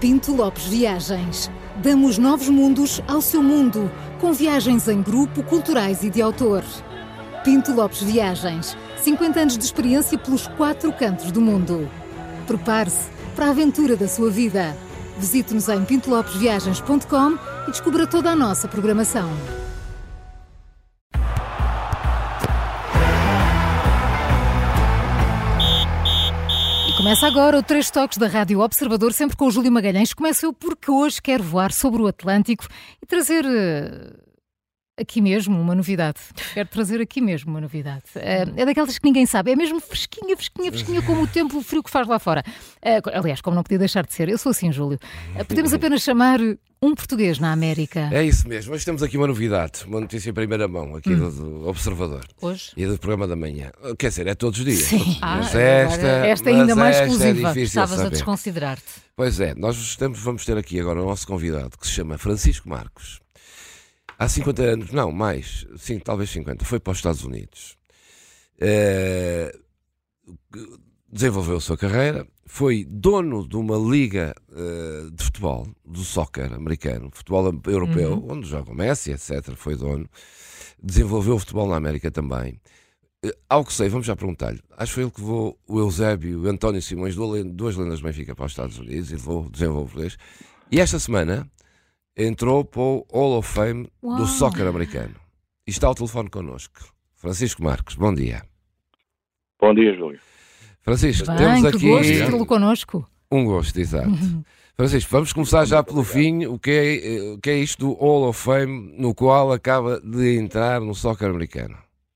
Pinto Lopes Viagens. Damos novos mundos ao seu mundo, com viagens em grupo, culturais e de autor. Pinto Lopes Viagens. 50 anos de experiência pelos 4 cantos do mundo. Prepare-se para a aventura da sua vida. Visite-nos em pintolopesviagens.com e descubra toda a nossa programação. Começa agora o 3 Toques da Rádio Observador, sempre com o Júlio Magalhães. Começo eu porque hoje quero voar sobre o Atlântico e trazer aqui mesmo uma novidade. Quero trazer aqui mesmo uma novidade. É daquelas que ninguém sabe. É mesmo fresquinha como o tempo frio que faz lá fora. Aliás, como não podia deixar de ser. Eu sou assim, Júlio. Podemos apenas chamar um português na América. É isso mesmo. Hoje temos aqui uma novidade, uma notícia em primeira mão, aqui do Observador. Hoje? E do programa da manhã. Quer dizer, é todos os dias. Sim. Mas esta é ainda mais exclusiva. É difícil Estavas saber. a desconsiderar-te. Pois é, nós vamos ter aqui agora o nosso convidado, que se chama Francisco Marcos. Há 50 anos, não, mais, sim, talvez 50, foi para os Estados Unidos. Desenvolveu a sua carreira, foi dono de uma liga de futebol, do soccer americano, futebol europeu, onde joga o Messi, etc. Foi dono. Desenvolveu o futebol na América também. Ao que sei, vamos já perguntar-lhe, acho que foi ele que levou o Eusébio e o António Simões, duas lendas do Benfica, para os Estados Unidos, e levou desenvolvedores. E esta semana entrou para o Hall of Fame do soccer americano. E está ao telefone connosco. Francisco Marcos, bom dia. Bom dia, Júlio. Francisco, Bem, temos aqui... que gosto de tê-lo connosco. Um gosto, exato. Francisco, vamos começar já pelo fim. O que é isto do Hall of Fame, no qual acaba de entrar no soccer americano?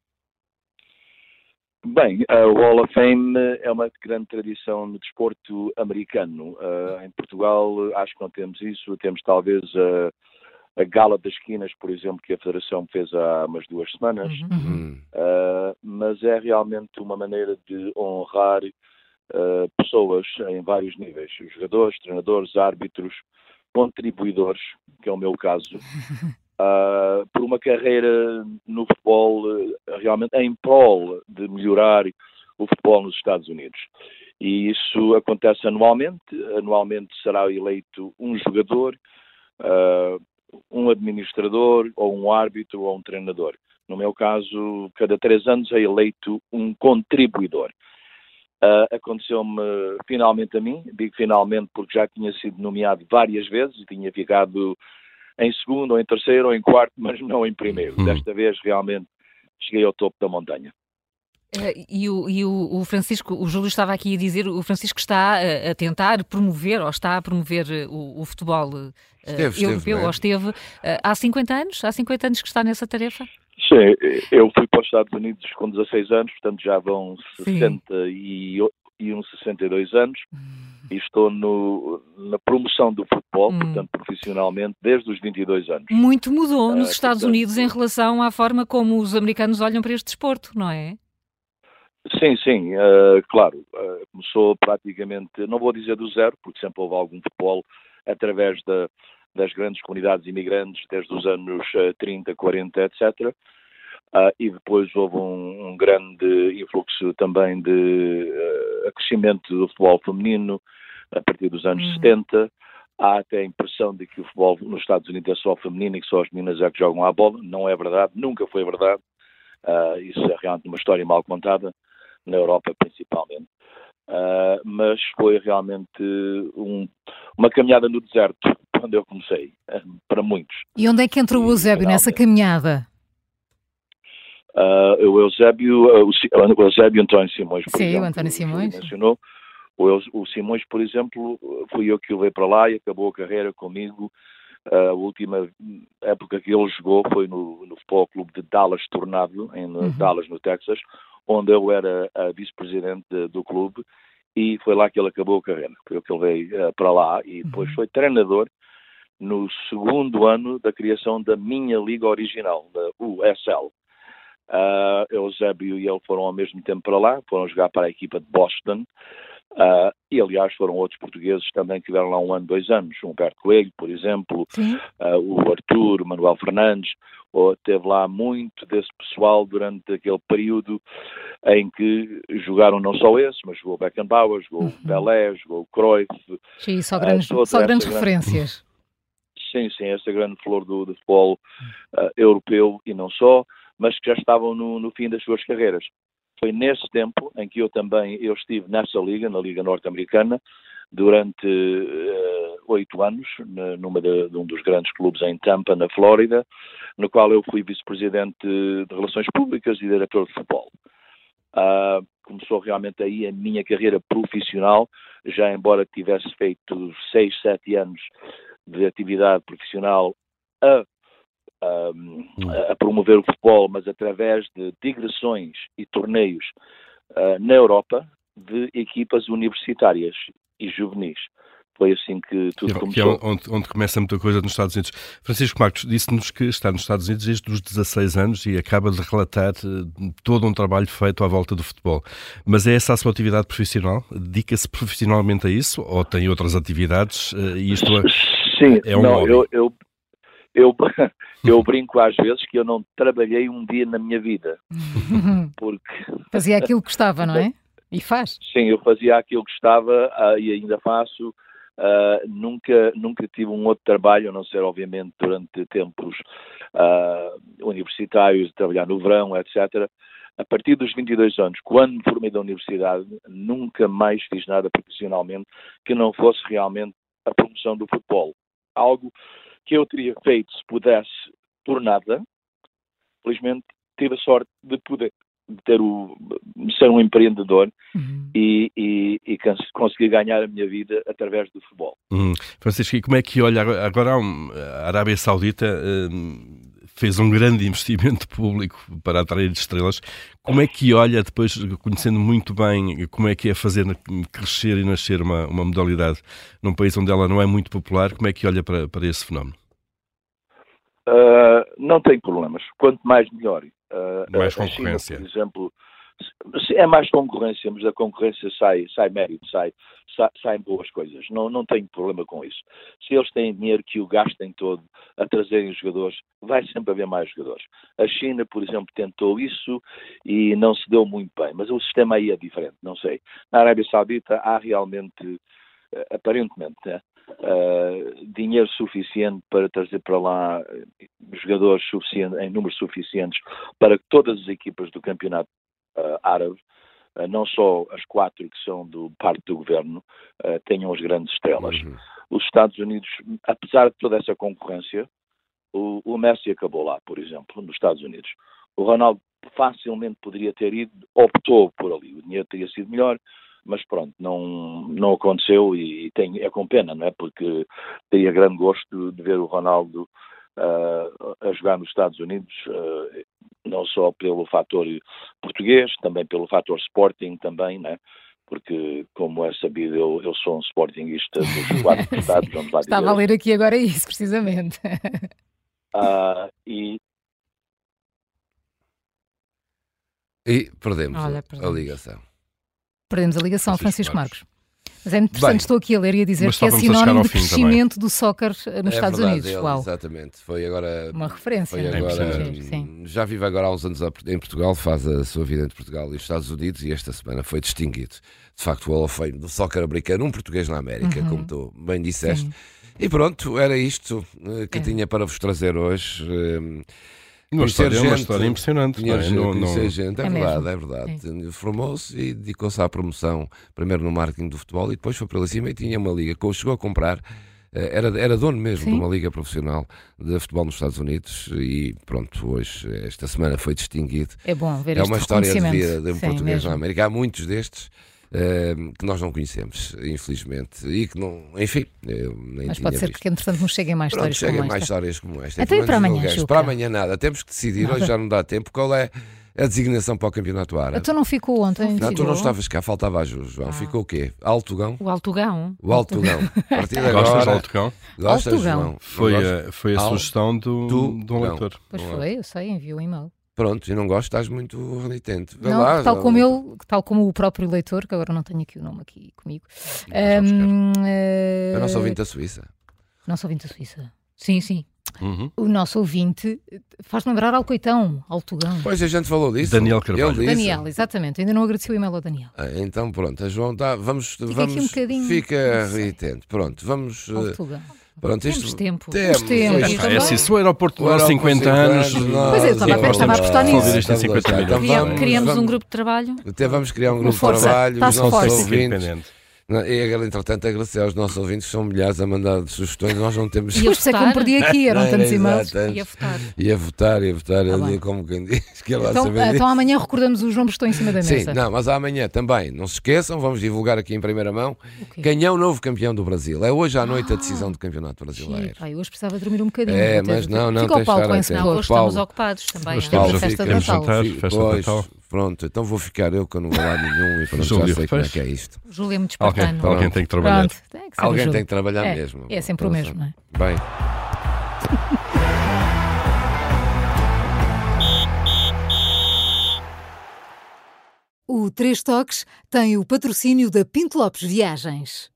Bem, o Hall of Fame é uma grande tradição no desporto americano. Em Portugal, acho que não temos isso. Temos talvez a Gala das Esquinas, por exemplo, que a Federação fez há umas 2 semanas. Mas é realmente uma maneira de honrar pessoas em vários níveis. Jogadores, treinadores, árbitros, contribuidores, que é o meu caso. Por uma carreira no futebol realmente em prol de melhorar o futebol nos Estados Unidos. E isso acontece anualmente. Anualmente será eleito um jogador, um administrador, ou um árbitro, ou um treinador. No meu caso, cada 3 anos é eleito um contribuidor. Aconteceu-me finalmente a mim, digo finalmente porque já tinha sido nomeado várias vezes, tinha ficado em segundo, ou em terceiro, ou em quarto, mas não em primeiro. Desta vez, realmente, cheguei ao topo da montanha. E o Francisco, o Júlio estava aqui a dizer, o Francisco está a tentar promover, ou está a promover o futebol europeu, ou esteve há 50 anos? Há 50 anos que está nessa tarefa? Sim, eu fui para os Estados Unidos com 16 anos, portanto já vão 62 anos. E estou na promoção do futebol, portanto, profissionalmente, desde os 22 anos. Muito mudou nos Estados Unidos em relação à forma como os americanos olham para este desporto, não é? Sim, claro. Começou praticamente, não vou dizer do zero, porque sempre houve algum futebol através das grandes comunidades imigrantes, desde os anos 30, 40, etc. E depois houve um grande influxo também de crescimento do futebol feminino a partir dos anos 70. Há até a impressão de que o futebol nos Estados Unidos é só feminino e que só as meninas é que jogam à bola. Não é verdade, nunca foi verdade. Isso é realmente uma história mal contada, na Europa principalmente. Mas foi realmente uma caminhada no deserto, quando eu comecei, para muitos. E onde é que entrou o Eusébio nessa caminhada? O Eusébio António Simões, por exemplo, o António Simões. Mencionou. O Simões, por exemplo, fui eu que o levei para lá e acabou a carreira comigo. A última época que ele jogou foi no Futebol Clube de Dallas Tornado, em Dallas, no Texas, onde eu era a vice-presidente do clube, e foi lá que ele acabou a carreira. Foi eu que ele veio para lá e depois foi treinador no 2º ano da criação da minha liga original, da USL. Eusébio e ele foram ao mesmo tempo para lá, foram jogar para a equipa de Boston, E, aliás, foram outros portugueses também que tiveram lá 1 ano, 2 anos. O Humberto Coelho, por exemplo, o Arthur, o Manuel Fernandes, teve lá muito desse pessoal durante aquele período em que jogaram não só esse, mas jogou Beckenbauer, jogou Pelé, jogou Cruyff. Sim, só grandes referências. Sim, essa grande flor do futebol europeu e não só, mas que já estavam no fim das suas carreiras. Foi nesse tempo em que eu estive nessa liga, na Liga Norte-Americana, durante 8 anos, de um dos grandes clubes em Tampa, na Flórida, no qual eu fui vice-presidente de Relações Públicas e diretor de futebol. Começou realmente aí a minha carreira profissional, já embora tivesse feito 6, 7 anos de atividade profissional a promover o futebol, mas através de digressões e torneios na Europa de equipas universitárias e juvenis. Foi assim que tudo começou. Que é onde começa muita coisa nos Estados Unidos. Francisco Marcos disse-nos que está nos Estados Unidos desde os 16 anos e acaba de relatar todo um trabalho feito à volta do futebol. Mas é essa a sua atividade profissional? Dedica-se profissionalmente a isso ou tem outras atividades? Sim, eu brinco às vezes que eu não trabalhei um dia na minha vida. Porque fazia aquilo que gostava, não é? E faz? Sim, eu fazia aquilo que gostava e ainda faço. Nunca tive um outro trabalho, a não ser, obviamente, durante tempos universitários, de trabalhar no verão, etc. A partir dos 22 anos, quando me formei da universidade, nunca mais fiz nada profissionalmente que não fosse realmente a promoção do futebol. Algo que eu teria feito se pudesse por nada. Felizmente tive a sorte de poder ser um empreendedor e conseguir ganhar a minha vida através do futebol. Francisco, e como é que olha agora a Arábia Saudita fez um grande investimento público para atrair estrelas. Como é que olha, depois, conhecendo muito bem como é que é fazer crescer e nascer uma modalidade num país onde ela não é muito popular, como é que olha para esse fenómeno? Não tem problemas. Quanto mais, melhor. Mais concorrência. China, por exemplo, é mais concorrência, mas da concorrência sai mérito, saem boas coisas. Não tenho problema com isso. Se eles têm dinheiro que o gastem todo a trazerem os jogadores, vai sempre haver mais jogadores. A China, por exemplo, tentou isso e não se deu muito bem, mas o sistema aí é diferente, não sei. Na Arábia Saudita há realmente, aparentemente, dinheiro suficiente para trazer para lá jogadores em números suficientes para que todas as equipas do campeonato árabe, não só as 4 que são do parte do governo, tenham as grandes estrelas. Os Estados Unidos, apesar de toda essa concorrência, o Messi acabou lá, por exemplo, nos Estados Unidos. O Ronaldo facilmente poderia ter ido, optou por ali, o dinheiro teria sido melhor, mas pronto, não aconteceu e é com pena, não é? Porque teria grande gosto de ver o Ronaldo a jogar nos Estados Unidos, não só pelo fator português, também pelo fator Sporting também, não é? Porque, como é sabido, eu sou um Sportingista dos 4 estados, vamos lá dizer. Estava a ler aqui agora isso, precisamente. E perdemos a ligação. Perdemos a ligação, Francisco Marcos. Mas é interessante, estou aqui a ler e a dizer que é sinónimo de crescimento também do soccer nos Estados Unidos. Uau. Exatamente. Foi agora uma referência. Já vive agora há uns anos em Portugal, faz a sua vida entre Portugal e os Estados Unidos e esta semana foi distinguido. De facto, o Hall of Fame do soccer americano, um português na América, como tu bem disseste. Sim. E pronto, era isto que tinha para vos trazer hoje. Uma história impressionante. Gente, é verdade. Formou-se e dedicou-se à promoção, primeiro no marketing do futebol e depois foi para lá cima e tinha uma liga. Chegou a comprar, era dono mesmo de uma liga profissional de futebol nos Estados Unidos e pronto, hoje, esta semana foi distinguido. É bom ver É uma história de vida de um português na América. Há muitos destes que nós não conhecemos, infelizmente, e que não, enfim, eu nem mas tinha pode ser visto. porque entretanto nos cheguem mais histórias como esta. Mais histórias como esta. Até para amanhã, para amanhã nada, temos que decidir, hoje já não dá tempo, qual é a designação para o campeonato árabe. Tu não ficou ontem? Não, tu não estavas cá, faltava a João. Ficou o quê? Altugão? O Altugão. O Altugão. A partir de agora, gostas do Altugão? Gostas, João? Foi a sugestão do leitor. Pois foi, eu sei, enviou um e-mail. Pronto, e não gosto, estás muito renitente. Não, lá, tal como o próprio leitor, que agora não tenho aqui o nome aqui comigo. Eu não sou ouvinte da Suíça. Nosso ouvinte da Suíça. Sim, sim. Uhum. O nosso ouvinte faz lembrar Alcoitão, Altugão. Pois a gente falou disso. Daniel Carvalho. Daniel, exatamente. Ainda não agradeci o e-mail ao Daniel. Então pronto, a João vamos aqui um bocadinho. Fica renitente. Pronto, vamos. Altugão. Pronto, Temos tempo. Temos tempo. É assim, se o aeroporto demora 50 anos... Pois é, estava a apostar nisso. Resolver isto em 50 minutos. Criamos um grupo de trabalho. Até vamos criar um grupo de trabalho. Os nossos ouvintes. E entretanto agradecer aos nossos ouvintes, que são milhares a mandar sugestões, nós não temos. E eu sei como perdi aqui, eram tantos e-mails. Ia votar. Como quem diz que ele então amanhã recordamos os nomes que estão em cima da mesa. Sim, não, mas amanhã também, não se esqueçam, vamos divulgar aqui em primeira mão quem é o novo campeão do Brasil. É hoje à noite a decisão do campeonato brasileiro. Pai, hoje precisava dormir um bocadinho. Mas não, fica o Paulo com esse não, hoje estamos ocupados também. Hoje estamos festa de Natal. Pronto, então vou ficar eu que eu não vou lá nenhum e pronto, já sei como é que é isto. Júlio é muito espartano. Alguém tem que trabalhar. Alguém tem que trabalhar mesmo. É sempre o mesmo, não é? Bem. O Três Toques tem o patrocínio da Pinto Lopes Viagens.